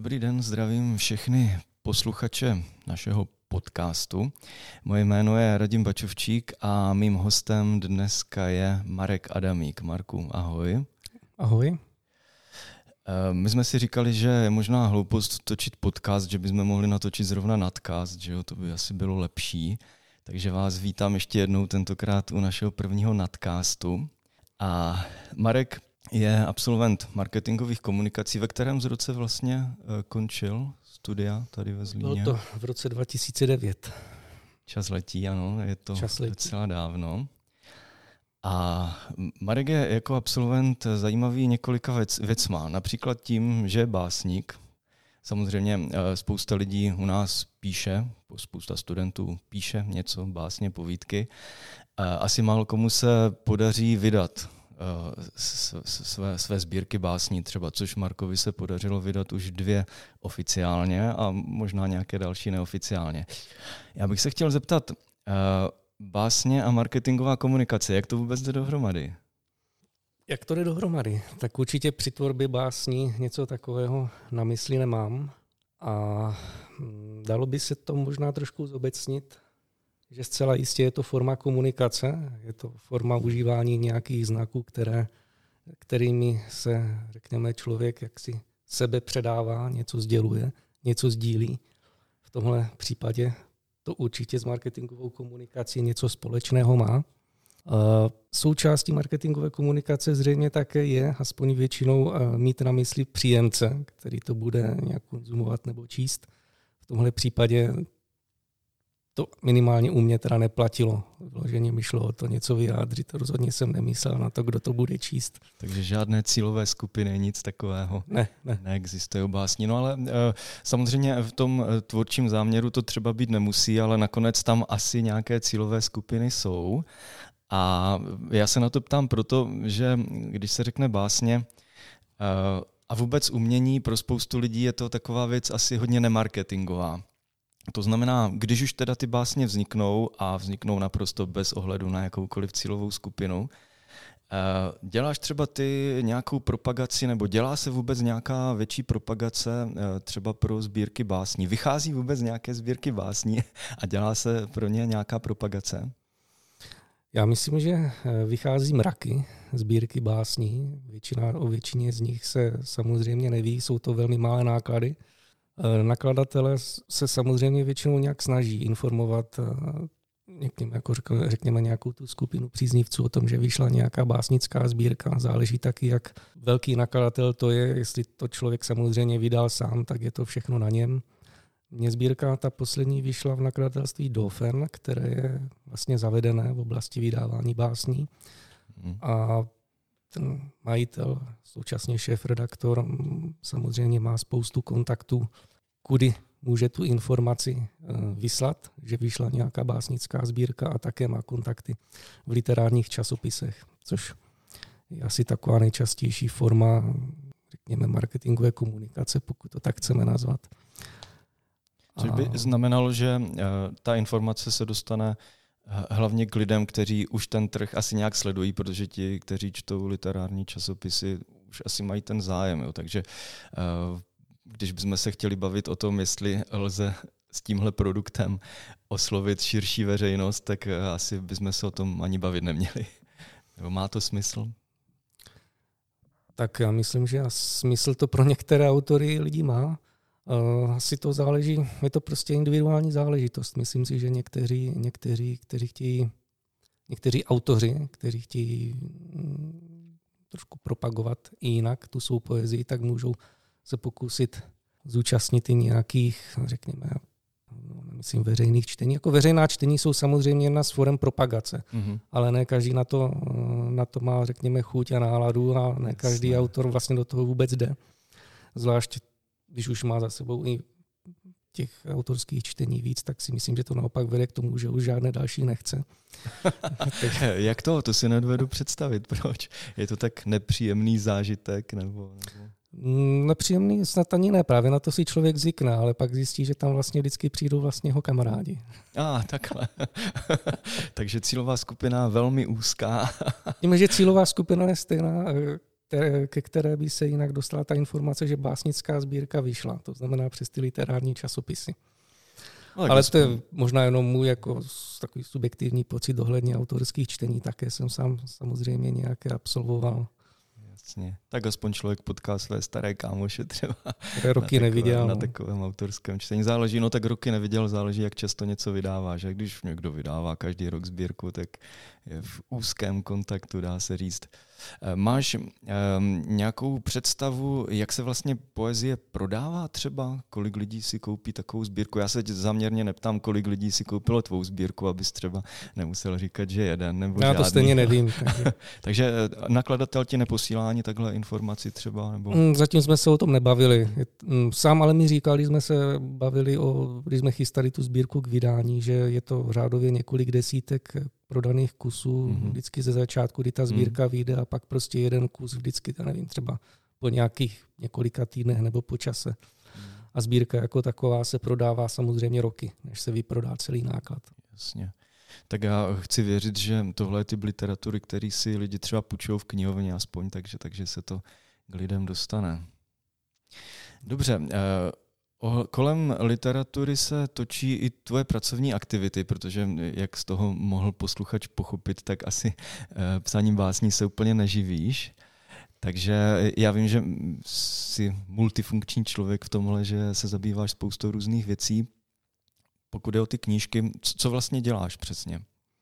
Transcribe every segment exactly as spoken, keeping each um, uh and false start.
Dobrý den, zdravím všechny posluchače našeho podcastu. Moje jméno je Radim Bačovčík a mým hostem dneska je Marek Adamík. Marku, ahoj. Ahoj. My jsme si říkali, že je možná hloupost točit podcast, že bychom mohli natočit zrovna nadcast, že jo, to by asi bylo lepší. Takže vás vítám ještě jednou tentokrát u našeho prvního nadcastu. A Marek je absolvent marketingových komunikací, ve kterém z roce vlastně končil studia tady ve Zlíně. Bylo to v roce dva tisíce devět. Čas letí, ano, je to letí. docela dávno. A Marek je jako absolvent zajímavý několika věc, věcma. Například tím, že je básník. Samozřejmě spousta lidí u nás píše, spousta studentů píše něco, básně, povídky. Asi málo komu se podaří vydat své, své sbírky básní třeba, což Markovi se podařilo vydat už dvě oficiálně a možná nějaké další neoficiálně. Já bych se chtěl zeptat, básně a marketingová komunikace, jak to vůbec jde dohromady? Jak to jde dohromady? Tak určitě při tvorbě básní něco takového na mysli nemám a dalo by se to možná trošku zobecnit, že zcela jistě je to forma komunikace, je to forma užívání nějakých znaků, které, kterými se, řekněme, člověk jaksi sebe předává, něco sděluje, něco sdílí. V tomhle případě to určitě s marketingovou komunikací něco společného má. Součástí marketingové komunikace zřejmě také je, aspoň většinou, mít na mysli příjemce, který to bude nějak konzumovat nebo číst. V tomhle případě to minimálně u mě teda neplatilo. Vloženě mi šlo o to něco vyjádřit. Rozhodně jsem nemyslel na to, kdo to bude číst. Takže žádné cílové skupiny, nic takového ne, ne. neexistuje u básní. No ale uh, samozřejmě v tom tvůrčím záměru to třeba být nemusí, ale nakonec tam asi nějaké cílové skupiny jsou. A já se na to ptám proto, že když se řekne básně uh, a vůbec umění, pro spoustu lidí je to taková věc asi hodně nemarketingová. To znamená, když už teda ty básně vzniknou a vzniknou naprosto bez ohledu na jakoukoliv cílovou skupinu, děláš třeba ty nějakou propagaci nebo dělá se vůbec nějaká větší propagace třeba pro sbírky básní? Vychází vůbec nějaké sbírky básní a dělá se pro ně nějaká propagace? Já myslím, že vychází mraky sbírky básní. Většina, o většině z nich se samozřejmě neví, jsou to velmi malé náklady. Nakladatelé se samozřejmě většinou nějak snaží informovat řekněme, jako řekněme nějakou tu skupinu příznivců o tom, že vyšla nějaká básnická sbírka. Záleží taky, jak velký nakladatel to je. Jestli to člověk samozřejmě vydal sám, tak je to všechno na něm. Mně sbírka ta poslední vyšla v nakladatelství Dauphin, které je vlastně zavedené v oblasti vydávání básní. Hmm. A ten majitel, současně šéfredaktor, samozřejmě má spoustu kontaktů, kudy může tu informaci vyslat, že vyšla nějaká básnická sbírka, a také má kontakty v literárních časopisech, což je asi taková nejčastější forma, řekněme, marketingové komunikace, pokud to tak chceme nazvat. Což by znamenalo, že ta informace se dostane hlavně k lidem, kteří už ten trh asi nějak sledují, protože ti, kteří čtou literární časopisy, už asi mají ten zájem. Jo. Takže když bychom se chtěli bavit o tom, jestli lze s tímhle produktem oslovit širší veřejnost, tak asi bychom se o tom ani bavit neměli. Nebo má to smysl? Tak já myslím, že smysl to pro některé autory lidí má. Asi to záleží, je to prostě individuální záležitost. Myslím si, že někteří, někteří, kteří chtějí, někteří autoři, kteří chtějí trošku propagovat i jinak tu svou poezii, tak můžou se pokusit zúčastnit i nějakých, řekněme, myslím, veřejných čtení. Jako veřejná čtení jsou samozřejmě jedna z forem propagace, mm-hmm. ale ne každý na to, na to má, řekněme, chuť a náladu a ne každý Jasně. autor vlastně do toho vůbec jde. Zvlášť když už má za sebou i těch autorských čtení víc, tak si myslím, že to naopak vede k tomu, že už žádné další nechce. Jak to? To si nedovedu představit. Proč? Je to tak nepříjemný zážitek? Nebo, nebo... Nepříjemný snad ani ne, právě na to si člověk zvykne, ale pak zjistí, že tam vlastně vždycky přijdou vlastně jeho kamarádi. A, ah, takhle. Takže cílová skupina velmi úzká. Tím, že cílová skupina je stejná, které, ke které by se jinak dostala ta informace, že básnická sbírka vyšla. To znamená přes ty literární časopisy. Ale, Ale to je možná jenom můj jako takový subjektivní pocit ohledně autorských čtení. Také jsem sám samozřejmě nějaké absolvoval. Jasně. Tak aspoň člověk potká své staré kámoše třeba. Které roky na takové, neviděl. Na takovém autorském čtení. Záleží, no tak roky neviděl, záleží, jak často něco vydává. Že? Když někdo vydává každý rok sbírku, tak je v úzkém kontaktu, dá se říct. Máš um, nějakou představu, jak se vlastně poezie prodává třeba? Kolik lidí si koupí takovou sbírku? Já se záměrně neptám, kolik lidí si koupilo tvou sbírku, abys třeba nemusel říkat, že jeden nebo Já žádný. to stejně nevím. Takže. takže nakladatel ti neposílá ani takhle informaci třeba? Nebo? Zatím jsme se o tom nebavili. Sám ale mi říkal, když jsme se bavili, o, když jsme chystali tu sbírku k vydání, že je to řádově několik desítek prodaných kusů mm-hmm. vždycky ze začátku, kdy ta sbírka mm. vyjde a pak prostě jeden kus vždycky, nevím, třeba po nějakých několika týdnech nebo po čase. Mm. A sbírka jako taková se prodává samozřejmě roky, než se vyprodá celý náklad. Jasně. Tak já chci věřit, že tohle je typ literatury, který si lidi třeba půjčují v knihovně aspoň, takže, takže se to k lidem dostane. Dobře, kolem literatury se točí i tvoje pracovní aktivity, protože jak z toho mohl posluchač pochopit, tak asi psaním básní se úplně neživíš. Takže já vím, že jsi multifunkční člověk v tomhle, že se zabýváš spoustou různých věcí. Pokud je o ty knížky, co vlastně děláš přesně?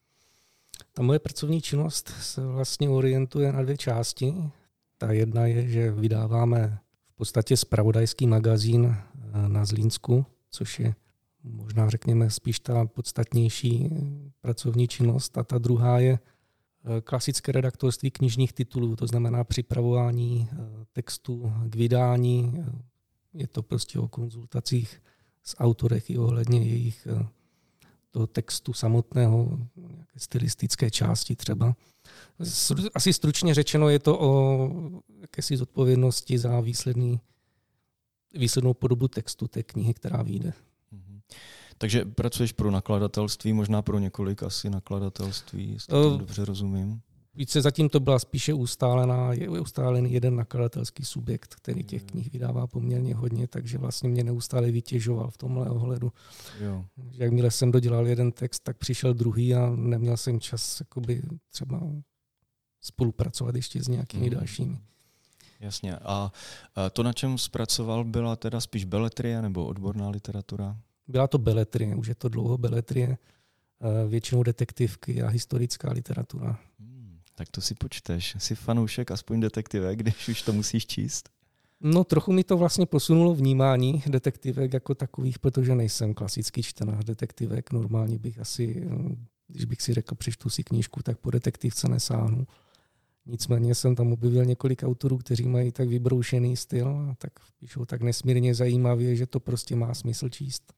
Ta moje pracovní činnost se vlastně orientuje na dvě části. Ta jedna je, že vydáváme v podstatě zpravodajský magazín na Zlínsku, což je možná řekněme spíš ta podstatnější pracovní činnost. A ta druhá je klasické redaktorství knižních titulů, to znamená připravování textu k vydání. Je to prostě o konzultacích s autorech i ohledně jejich toho textu samotného, nějaké stylistické části třeba. Asi stručně řečeno je to o jakési zodpovědnosti za výsledný, výslednou podobu textu té knihy, která vyjde. Takže pracuješ pro nakladatelství, možná pro několik asi nakladatelství, jestli to dobře rozumím. Více zatím to byla spíše ustálená, je ustálený jeden nakladatelský subjekt, který těch knih vydává poměrně hodně, takže vlastně mě neustále vytěžoval v tomhle ohledu. Jo. Jakmile jsem dodělal jeden text, tak přišel druhý a neměl jsem čas jakoby třeba spolupracovat ještě s nějakými hmm. dalšími. Jasně. A to, na čem zpracoval, byla teda spíš beletrie nebo odborná literatura? Byla to beletrie, už je to dlouho beletrie, většinou detektivky a historická literatura. Hmm, tak to si počteš. Jsi fanoušek aspoň detektivek, když už to musíš číst? No trochu mi to vlastně posunulo vnímání detektivek jako takových, protože nejsem klasický čtenář detektivek. Normálně bych asi, když bych si řekl, přečtu si knížku, tak po detektivce nesáhnu. Nicméně jsem tam objevil několik autorů, kteří mají tak vybroušený styl a tak píšou tak nesmírně zajímavě, že to prostě má smysl číst.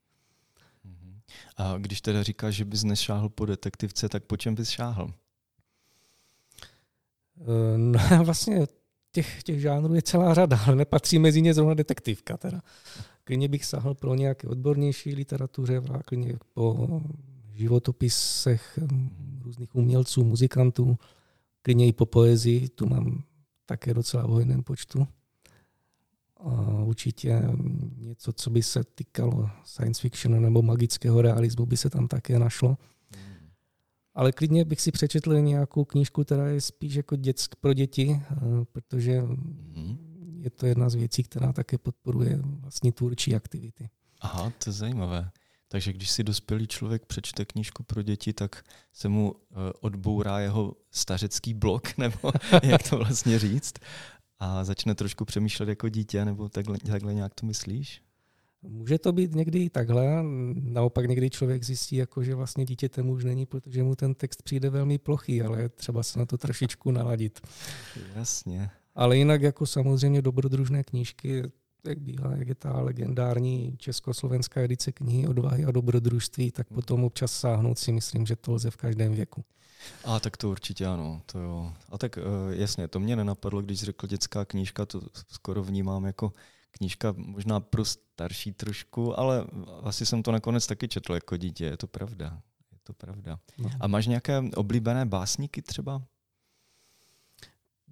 A když teda říkáš, že bys nešáhl po detektivce, tak po čem bys šáhl? No, vlastně těch, těch žánrů je celá řada, ale nepatří mezi ně zrovna detektivka. Teda. Klidně bych sáhl pro nějaké odbornější literatuře, klidně po životopisech různých umělců, muzikantů, klidně i po poezii, tu mám také docela v hojném počtu. A určitě něco, co by se týkalo science fiction nebo magického realismu, by se tam také našlo. Ale klidně bych si přečetl nějakou knížku, která je spíš jako dětsk pro děti, protože je to jedna z věcí, která také podporuje vlastní tvůrčí aktivity. Aha, to je zajímavé. Takže když si dospělý člověk přečte knížku pro děti, tak se mu odbourá jeho stařecký blok, nebo jak to vlastně říct, a začne trošku přemýšlet jako dítě, nebo takhle, takhle nějak to myslíš? Může to být někdy i takhle. Naopak někdy člověk zjistí, jako, že vlastně dítětem už není, protože mu ten text přijde velmi plochý, ale třeba se na to trošičku naladit. Jasně. Ale jinak jako samozřejmě dobrodružné knížky, jak bývá, jak je ta legendární československá edice knihy Odvahy a dobrodružství, tak potom občas sáhnout si myslím, že to lze v každém věku. A tak to určitě ano, to jo. A tak jasně, to mě nenapadlo, když jsi řekl dětská knížka, to skoro vnímám jako knížka možná pro starší trošku, ale asi jsem to nakonec taky četl jako dítě, je to pravda. Je to pravda. No. A máš nějaké oblíbené básníky třeba?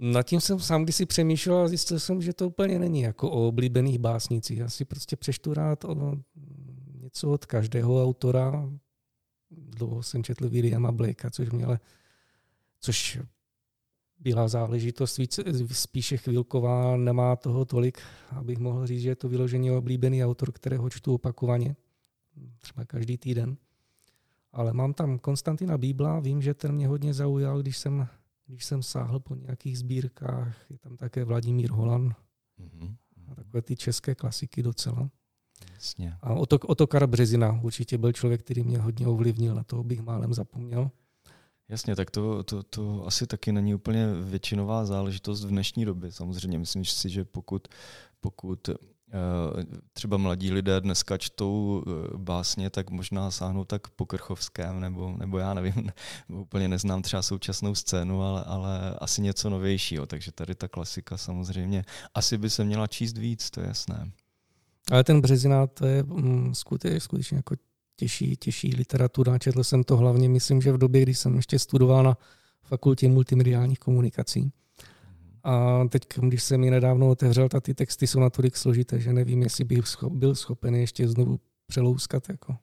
Nad tím jsem sám kdysi přemýšlel a zjistil jsem, že to úplně není jako o oblíbených básnicích. Já si prostě přečtu rád o něco od každého autora. Dlouho jsem četl Williama Blakea, což mě ale, což byla záležitost víc, spíše chvilková, nemá toho tolik, abych mohl říct, že je to vyloženě oblíbený autor, kterého čtu opakovaně, třeba každý týden. Ale mám tam Konstantina Bíbla, vím, že ten mě hodně zaujal, když jsem, když jsem sáhl po nějakých sbírkách. Je tam také Vladimír Holan mm-hmm. a takové ty české klasiky docela. Jasně. A Otok, Otokar Březina určitě byl člověk, který mě hodně ovlivnil, na toho bych málem zapomněl. Jasně, tak to, to, to asi taky není úplně většinová záležitost v dnešní době. Samozřejmě myslím si, že pokud, pokud třeba mladí lidé dneska čtou básně, tak možná sáhnou tak po Krchovském, nebo, nebo já nevím, úplně neznám třeba současnou scénu, ale, ale asi něco novějšího. Takže tady ta klasika samozřejmě asi by se měla číst víc, to je jasné. Ale ten Březina, to je mm, skutečně, skutečně jako těžší, těžší literatura. Četl jsem to hlavně, myslím, že v době, kdy jsem ještě studoval na fakultě multimediálních komunikací. A teď, když jsem ji nedávno otevřel, tak ty texty jsou natolik složité, že nevím, jestli bych byl schopen ještě znovu přelouskat. Jako.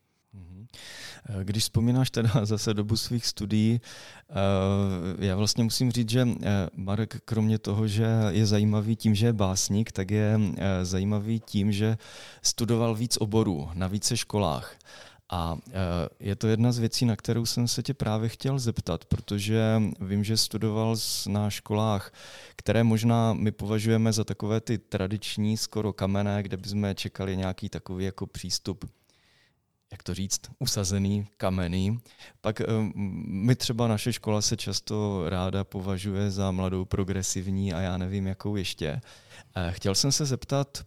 Když vzpomínáš teda zase dobu svých studií, já vlastně musím říct, že Marek kromě toho, že je zajímavý tím, že je básník, tak je zajímavý tím, že studoval víc oborů na více školách. A je to jedna z věcí, na kterou jsem se tě právě chtěl zeptat, protože vím, že studoval na školách, které možná my považujeme za takové ty tradiční, skoro kamenné, kde bychom čekali nějaký takový jako přístup, jak to říct, usazený, kamenný. Pak my třeba naše škola se často ráda považuje za mladou, progresivní a já nevím, jakou ještě. Chtěl jsem se zeptat,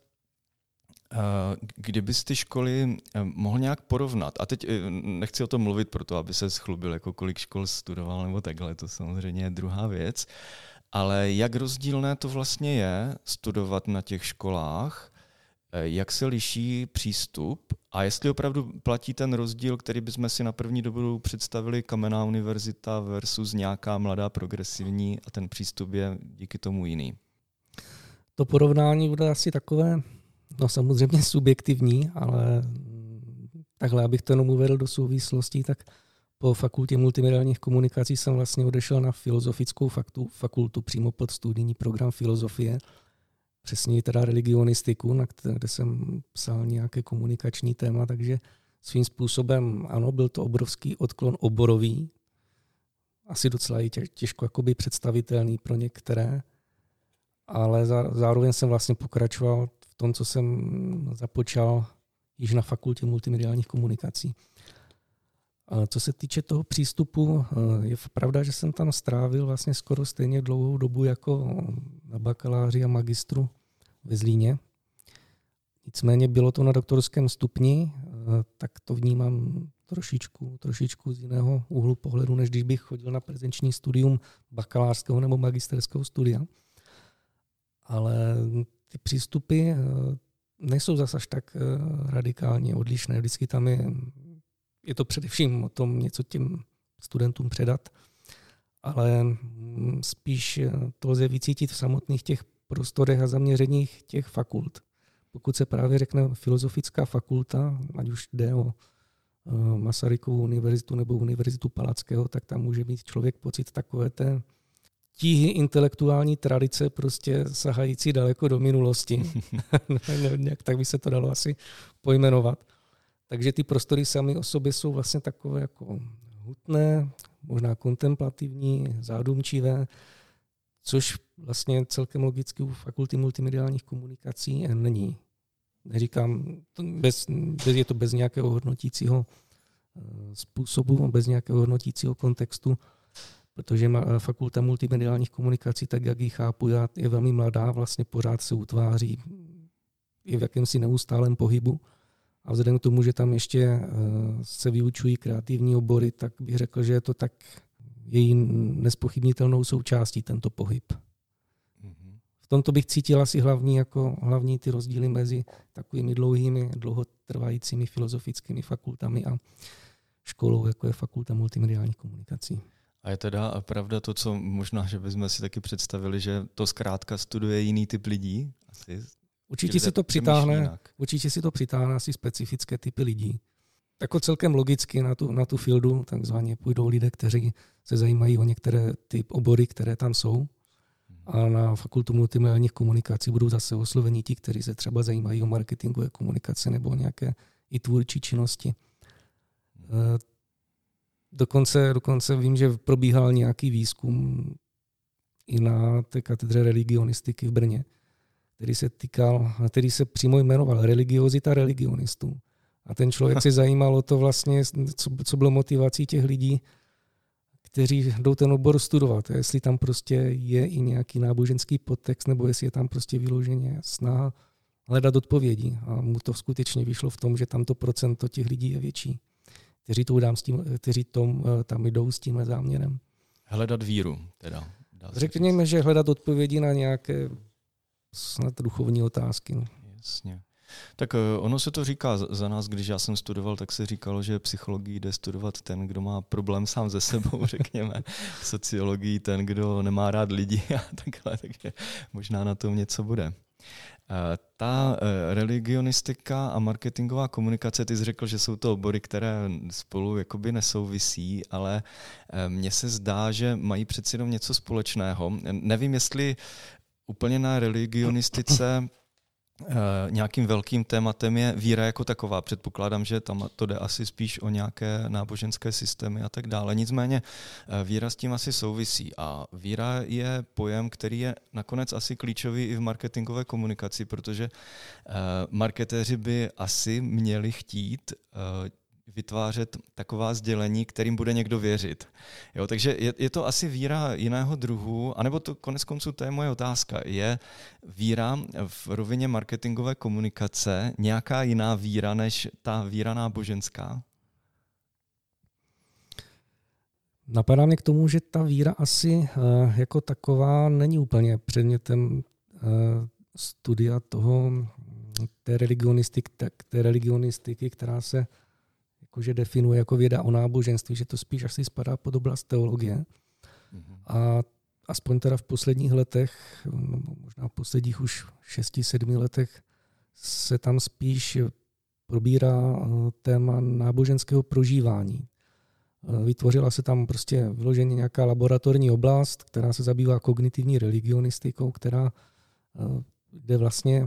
kdybys ty školy mohl nějak porovnat, a teď nechci o tom mluvit proto, aby se schlubil, jako kolik škol studoval nebo takhle, to samozřejmě je druhá věc, ale jak rozdílné to vlastně je studovat na těch školách, jak se liší přístup a jestli opravdu platí ten rozdíl, který bychom si na první dobu představili kamenná univerzita versus nějaká mladá progresivní a ten přístup je díky tomu jiný. To porovnání bude asi takové, no samozřejmě subjektivní, ale takhle, abych to jenom uvedl do souvislostí, tak po fakultě multimediálních komunikací jsem vlastně odešel na filozofickou faktu, fakultu přímo pod studijní program filozofie, přesně teda religionistiku, na které, kde jsem psal nějaké komunikační téma, takže svým způsobem ano, byl to obrovský odklon oborový, asi docela i těžko jakoby představitelný pro některé, ale zároveň jsem vlastně pokračoval v tom, co jsem započal již na fakultě multimediálních komunikací. A co se týče toho přístupu, je pravda, že jsem tam strávil vlastně skoro stejně dlouhou dobu jako na bakaláři a magistru ve Zlíně. Nicméně bylo to na doktorském stupni, tak to vnímám trošičku, trošičku z jiného úhlu pohledu, než když bych chodil na prezenční studium bakalářského nebo magisterského studia. Ale ty přístupy nejsou zase až tak radikálně odlišné. Vždycky tam je, je to především o tom něco těm studentům předat, ale spíš to lze vycítit v samotných těch prostorech a zaměřeních těch fakult. Pokud se právě řekne filozofická fakulta, ať už jde o Masarykovu univerzitu nebo univerzitu Palackého, tak tam může mít člověk pocit takové té tíhy intelektuální tradice prostě sahající daleko do minulosti. Nějak tak by se to dalo asi pojmenovat. Takže ty prostory samy o sobě jsou vlastně takové jako hutné, možná kontemplativní, zádumčivé, což vlastně celkem logicky u fakulty multimediálních komunikací není. Neříkám, bez, bez, je to bez nějakého hodnotícího způsobu, bez nějakého hodnotícího kontextu, protože fakulta multimediálních komunikací, tak jak ji chápu já, je velmi mladá, vlastně pořád se utváří, je v jakémsi neustálém pohybu. A vzhledem k tomu, že tam ještě se vyučují kreativní obory, tak bych řekl, že je to tak její nespochybnitelnou součástí tento pohyb. V tomto bych cítil asi hlavní, jako hlavní ty rozdíly mezi takovými dlouhými, dlouhotrvajícími filozofickými fakultami a školou, jako je fakulta multimediálních komunikací. A je teda pravda to, co možná, že bychom si taky představili, že to zkrátka studuje jiný typ lidí? Asi určitě si to přitáhne, určitě si to přitáhne asi specifické typy lidí. Jako celkem logicky na tu, na tu fieldu takzvaně půjdou lidé, kteří se zajímají o některé ty obory, které tam jsou. A na fakultu multimediálních komunikací budou zase oslovení ti, kteří se třeba zajímají o marketingové komunikace nebo o nějaké i tvůrčí činnosti. Dokonce, dokonce vím, že probíhal nějaký výzkum i na té katedře religionistiky v Brně, který se týkal, který se přímo jmenoval Religiozita religionistů. A ten člověk se zajímal o to vlastně, co, co bylo motivací těch lidí, kteří jdou ten obor studovat. A jestli tam prostě je i nějaký náboženský podtext, nebo jestli je tam prostě vyloženě snaha hledat odpovědi. A mu to skutečně vyšlo v tom, že tam to procento těch lidí je větší, kteří, to dám s tím, kteří tom, tam jdou s tímhle záměrem. Hledat víru teda. Řekněme, že hledat odpovědi na nějaké snad duchovní otázky. No. Jasně. Tak ono se to říká za nás, když já jsem studoval, tak se říkalo, že psychologii jde studovat ten, kdo má problém sám se sebou, řekněme. Sociologii ten, kdo nemá rád lidi a takhle, takže možná na tom něco bude. Ta religionistika a marketingová komunikace, ty jsi řekl, že jsou to obory, které spolu jakoby nesouvisí, ale mně se zdá, že mají přeci jenom něco společného. Nevím, jestli úplně na religionistice nějakým velkým tématem je víra jako taková. Předpokládám, že tam to jde asi spíš o nějaké náboženské systémy a tak dále. Nicméně víra s tím asi souvisí. A víra je pojem, který je nakonec asi klíčový i v marketingové komunikaci, protože marketéři by asi měli chtít vytvářet taková sdělení, kterým bude někdo věřit. Jo, takže je, je to asi víra jiného druhu, anebo to konec konců, to je moje otázka. Je víra v rovině marketingové komunikace nějaká jiná víra než ta víra náboženská? Napadá mě k tomu, že ta víra asi jako taková není úplně předmětem studia toho, té religionistiky, té religionistiky, která se jakože definuje jako věda o náboženství, že to spíš asi spadá pod oblast teologie. Mm-hmm. A aspoň teda v posledních letech, no možná v posledních už šesti, sedmi letech, se tam spíš probírá téma náboženského prožívání. Vytvořila se tam prostě vyloženě nějaká laboratorní oblast, která se zabývá kognitivní religionistikou, která jde vlastně,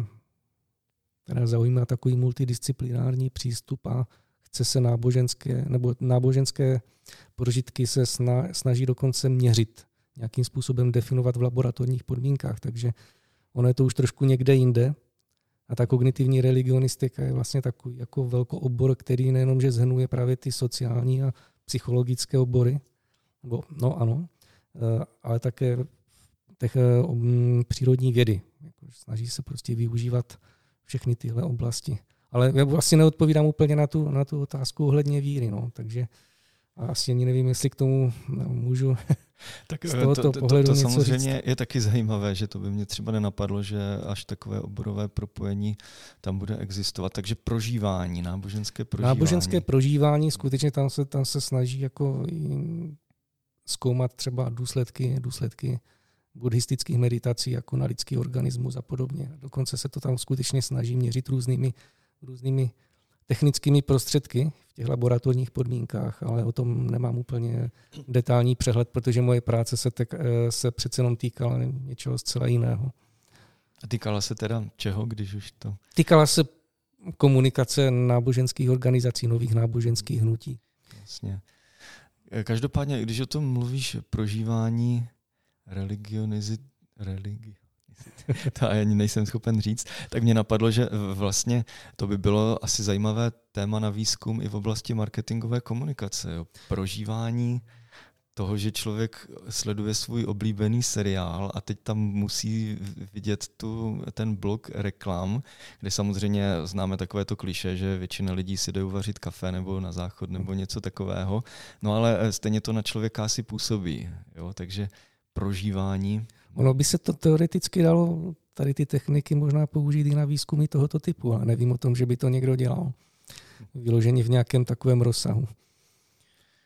která zaujímá takový multidisciplinární přístup a chce se náboženské, nebo náboženské prožitky se snaží dokonce měřit, nějakým způsobem definovat v laboratorních podmínkách, takže ono je to už trošku někde jinde. A ta kognitivní religionistika je vlastně takový jako velký obor, který nejenom, že shrnuje právě ty sociální a psychologické obory, nebo, no ano, ale také těch přírodní vědy. Snaží se prostě využívat všechny tyhle oblasti. Ale já vlastně neodpovídám úplně na tu, na tu otázku ohledně víry, no, takže asi ani nevím, jestli k tomu můžu tak z tohoto to, to, pohledu to, to něco samozřejmě říct. Je taky zajímavé, že to by mě třeba nenapadlo, že až takové oborové propojení tam bude existovat. Takže prožívání, náboženské prožívání. Náboženské prožívání, skutečně tam se, tam se snaží jako zkoumat třeba důsledky, důsledky buddhistických meditací jako na lidský organismus a podobně. Dokonce se to tam skutečně snaží měřit různými, různými technickými prostředky v těch laboratorních podmínkách, ale o tom nemám úplně detailní přehled, protože moje práce se, tek, se přece jenom týkala něčeho zcela jiného. A týkala se teda čeho, když už to... Týkala se komunikace náboženských organizací, nových náboženských hnutí. Jasně. Každopádně, když o tom mluvíš, prožívání religionizit, religi, to ani nejsem schopen říct, tak mě napadlo, že vlastně to by bylo asi zajímavé téma na výzkum i v oblasti marketingové komunikace. Jo. Prožívání toho, že člověk sleduje svůj oblíbený seriál a teď tam musí vidět tu, ten blok reklam, kde samozřejmě známe takovéto klišé, že většina lidí si jde uvařit kafe nebo na záchod nebo něco takového, no ale stejně to na člověka asi působí. Jo. Takže prožívání. Ono by se to teoreticky dalo tady ty techniky možná použít i na výzkumy tohoto typu, ale nevím o tom, že by to někdo dělal. Vyloženě v nějakém takovém rozsahu.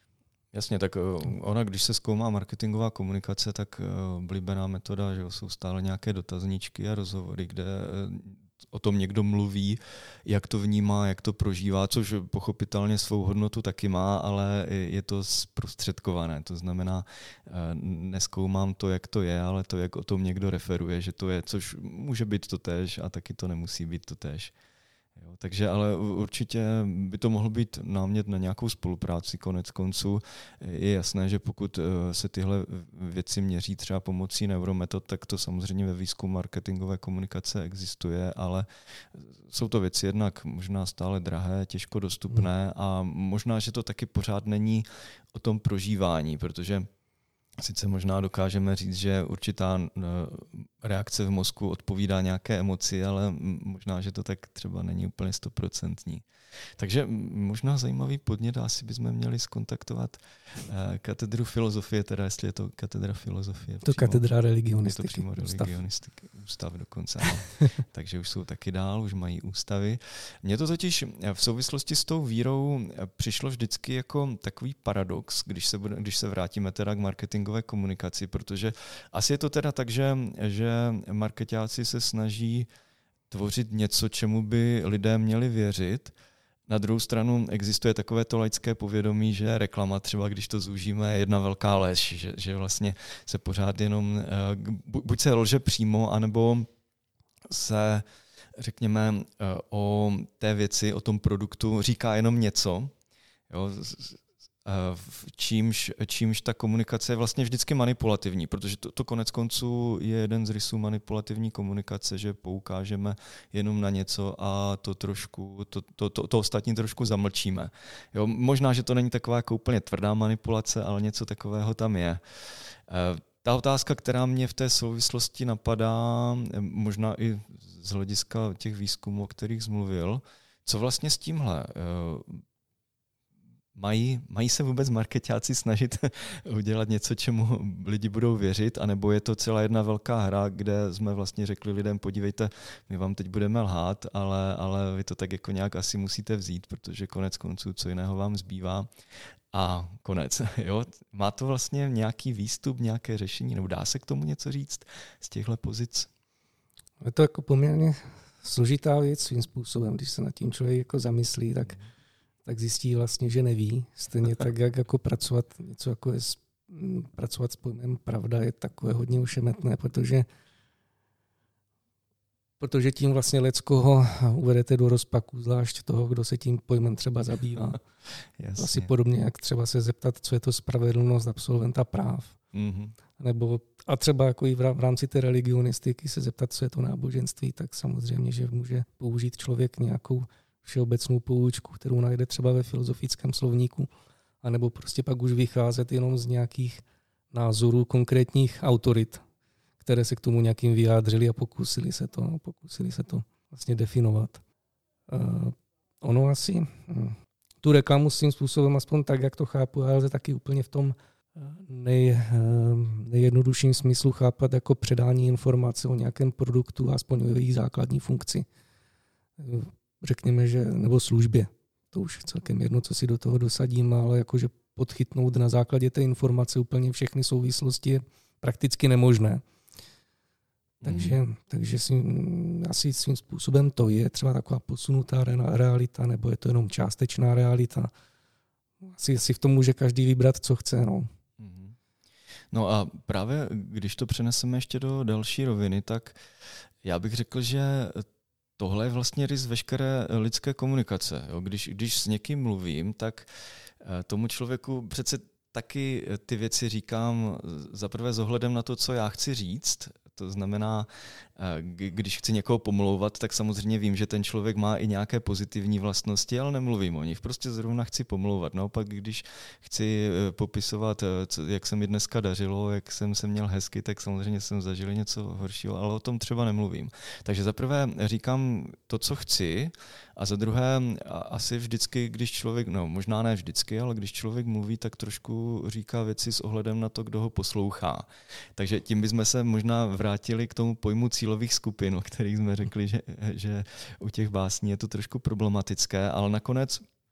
Jasně, tak ona, když se zkoumá marketingová komunikace, tak oblíbená metoda, že jsou stále nějaké dotazníčky a rozhovory, kde o tom někdo mluví, jak to vnímá, jak to prožívá, což pochopitelně svou hodnotu taky má, ale je to zprostředkované. To znamená, nezkoumám to, jak to je, ale to, jak o tom někdo referuje, že to je, což může být totéž a taky to nemusí být totéž. Jo, takže ale určitě by to mohl být námět na nějakou spolupráci konec konců. Je jasné, že pokud se tyhle věci měří třeba pomocí neurometod, tak to samozřejmě ve výzkumu marketingové komunikace existuje, ale jsou to věci jednak možná stále drahé, těžko dostupné a možná, že to taky pořád není o tom prožívání, protože sice možná dokážeme říct, že určitá reakce v mozku odpovídá nějaké emoci, ale možná, že to tak třeba není úplně stoprocentní. Takže možná zajímavý podnět, asi bychom měli zkontaktovat katedru filozofie, teda jestli je to katedra filozofie. To přímo, katedra religionistiky. Je to přímo religionistiky, ústav, ústav dokonce. Takže už jsou taky dál, už mají ústavy. Mně to totiž v souvislosti s tou vírou přišlo vždycky jako takový paradox, když se, bude, když se vrátíme teda k marketingové komunikaci, protože asi je to teda tak, že, že marketáci se snaží tvořit něco, čemu by lidé měli věřit. Na druhou stranu existuje takové to laické povědomí, že reklama třeba, když to zúžíme, je jedna velká lež, že, že vlastně se pořád jenom, buď se lže přímo, anebo se, řekněme, o té věci, o tom produktu říká jenom něco, jo, čímž, čímž ta komunikace je vlastně vždycky manipulativní, protože to, to konec konců je jeden z rysů manipulativní komunikace, že poukážeme jenom na něco a to trošku, to, to, to, to ostatní trošku zamlčíme. Jo, možná, že to není taková jako úplně tvrdá manipulace, ale něco takového tam je. Ta otázka, která mě v té souvislosti napadá, možná i z hlediska těch výzkumů, o kterých jsi mluvil, co vlastně s tímhle? Mají, mají se vůbec marketáci snažit udělat něco, čemu lidi budou věřit, anebo je to celá jedna velká hra, kde jsme vlastně řekli lidem, podívejte, my vám teď budeme lhát, ale, ale vy to tak jako nějak asi musíte vzít, protože konec konců, co jiného vám zbývá. A konec. Jo? Má to vlastně nějaký výstup, nějaké řešení, nebo dá se k tomu něco říct z těchto pozic? Je to jako poměrně složitá věc svým způsobem, když se nad tím člověk jako zamyslí, tak tak zjistí vlastně, že neví. Stejně tak, jak jako pracovat něco jako je, pracovat s pojmem pravda je takové hodně ušemetné, protože protože tím vlastně leckoho uvedete do rozpaku, zvlášť toho, kdo se tím pojmem třeba zabývá. Jasně. Asi podobně, jak třeba se zeptat, co je to spravedlnost absolventa práv. Mm-hmm. Nebo, a třeba jako i v rámci té religionistiky se zeptat, co je to náboženství, tak samozřejmě, že může použít člověk nějakou všeobecnou poučku, kterou najde třeba ve filozofickém slovníku, anebo prostě pak už vycházet jenom z nějakých názorů konkrétních autorit, které se k tomu nějakým vyjádřili a pokusili se to, pokusili se to vlastně definovat. Uh, ono asi hm, tu reklamu svým způsobem, aspoň tak, jak to chápu, ale lze taky úplně v tom nej, nejjednodušším smyslu chápat jako předání informace o nějakém produktu, aspoň o jejich základní funkci. Řekněme, že, nebo službě. To už celkem jedno, co si do toho dosadím, ale jakože podchytnout na základě té informace úplně všechny souvislosti je prakticky nemožné. Takže, mm. takže si, asi svým způsobem to je třeba taková posunutá realita, nebo je to jenom částečná realita. Asi, asi v tom může každý vybrat, co chce. No. No a právě když to přeneseme ještě do další roviny, tak já bych řekl, že tohle je vlastně rys veškeré lidské komunikace. Jo? Když, když s někým mluvím, tak tomu člověku přece taky ty věci říkám zaprvé s ohledem na to, co já chci říct. To znamená, když chci někoho pomlouvat, tak samozřejmě vím, že ten člověk má i nějaké pozitivní vlastnosti, ale nemluvím o nich. Prostě zrovna chci pomlouvat. Naopak, když chci popisovat, jak se mi dneska dařilo, jak jsem se měl hezky, tak samozřejmě jsem zažil něco horšího, ale o tom třeba nemluvím. Takže zaprvé říkám to, co chci, a za druhé asi vždycky, když člověk, no možná ne vždycky, ale když člověk mluví, tak trošku říká věci s ohledem na to, kdo ho poslouchá. Takže tím bychom se možná vrátili k tomu pojmu cílových skupin, o kterých jsme řekli, že, že u těch básní je to trošku problematické, ale nakonec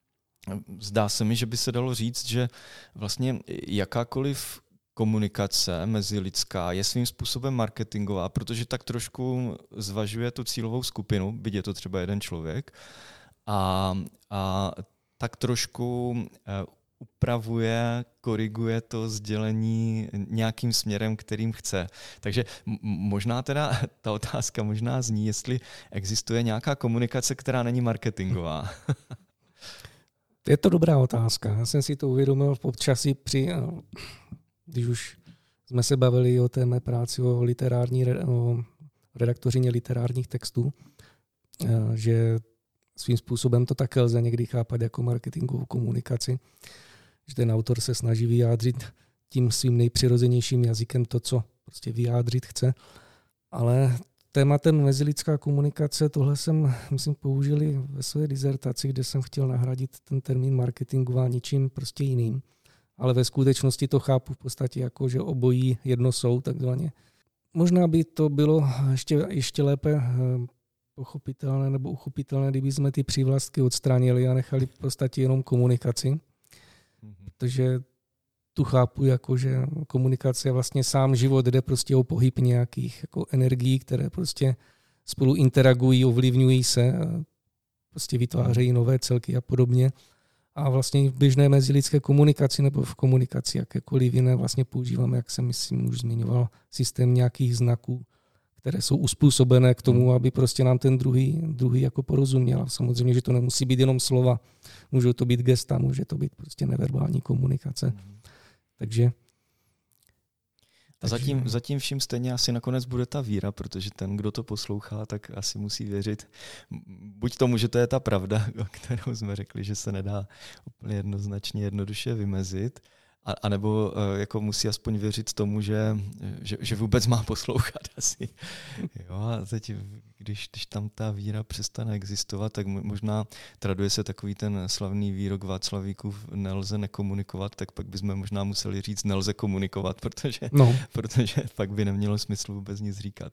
zdá se mi, že by se dalo říct, že vlastně jakákoliv komunikace mezilidská je svým způsobem marketingová, protože tak trošku zvažuje tu cílovou skupinu, byť je to třeba jeden člověk, a, a tak trošku upravuje, koriguje to sdělení nějakým směrem, kterým chce. Takže možná teda ta otázka možná zní, jestli existuje nějaká komunikace, která není marketingová. Je to dobrá otázka. Já jsem si to uvědomil v počasí při, když už jsme se bavili o té mé práci o literární, o redaktořině literárních textů, že svým způsobem to také lze někdy chápat jako marketingovou komunikaci, že ten autor se snaží vyjádřit tím svým nejpřirozenějším jazykem to, co prostě vyjádřit chce. Ale tématem mezilidská komunikace, tohle jsem, myslím, použili ve své dizertaci, kde jsem chtěl nahradit ten termín marketingová ničím prostě jiným. Ale ve skutečnosti to chápu v podstatě jako, že obojí jedno jsou, takzvaně. Možná by to bylo ještě, ještě lépe pochopitelné nebo uchopitelné, kdyby jsme ty přívlastky odstranili a nechali v podstatě jenom komunikaci. Protože tu chápu jako, že komunikace je vlastně sám život, jde prostě o pohyb nějakých jako energií, které prostě spolu interagují, ovlivňují se, prostě vytvářejí nové celky a podobně. A vlastně v běžné mezilidské komunikaci nebo v komunikaci jakékoliv jiné vlastně používáme, jak jsem myslím už zmiňoval, systém nějakých znaků, které jsou uspůsobené k tomu, aby prostě nám ten druhý, druhý jako porozuměl. Samozřejmě, že to nemusí být jenom slova, můžou to být gesta, může to být prostě neverbální komunikace. Mm. Takže A zatím, zatím vším stejně asi nakonec bude ta víra, protože ten, kdo to poslouchá, tak asi musí věřit buď tomu, že to je ta pravda, o kterou jsme řekli, že se nedá úplně jednoznačně jednoduše vymezit, a, a nebo jako musí aspoň věřit tomu, že, že, že vůbec má poslouchat asi. Jo, a teď, když, když tam ta víra přestane existovat, tak možná traduje se takový ten slavný výrok Václavíkův nelze nekomunikovat, tak pak bychom možná museli říct nelze komunikovat, protože, no. protože pak by nemělo smysl vůbec nic říkat.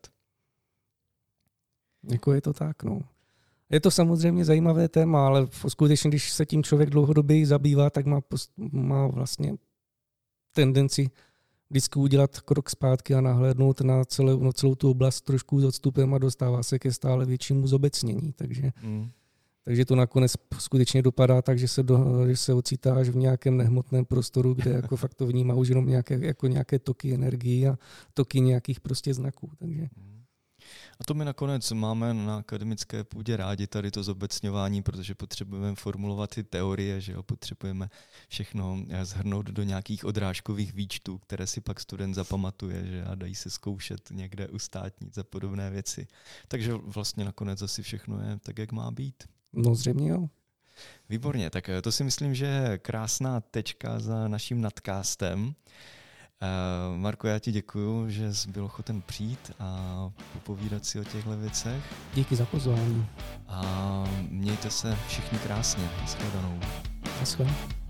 Jako je to tak, no. Je to samozřejmě zajímavé téma, ale skutečně, když se tím člověk dlouhodobě zabývá, tak má, má vlastně tendenci vždycky udělat krok zpátky a nahlédnout na celou, na celou tu oblast trošku s odstupem a dostává se ke stále většímu zobecnění. Takže, mm. takže to nakonec skutečně dopadá tak, že se, do, že se ocitáš v nějakém nehmotném prostoru, kde jako fakt to vnímá už jenom nějaké, jako nějaké toky energií a toky nějakých prostě znaků. Takže. A to my nakonec máme na akademické půdě rádi, tady to zobecňování, protože potřebujeme formulovat ty teorie, že jo? Potřebujeme všechno shrnout do nějakých odrážkových výčtů, které si pak student zapamatuje, že a dají se zkoušet někde u státnic a podobné věci. Takže vlastně nakonec asi všechno je tak, jak má být. No zřejmě jo. Výborně, tak to si myslím, že je krásná tečka za naším nadcastem. Uh, Marko, já ti děkuju, že jsi byl ochoten přijít a popovídat si o těchto věcech. Díky za pozvání. A mějte se všichni krásně. Naschledanou. Naschledanou.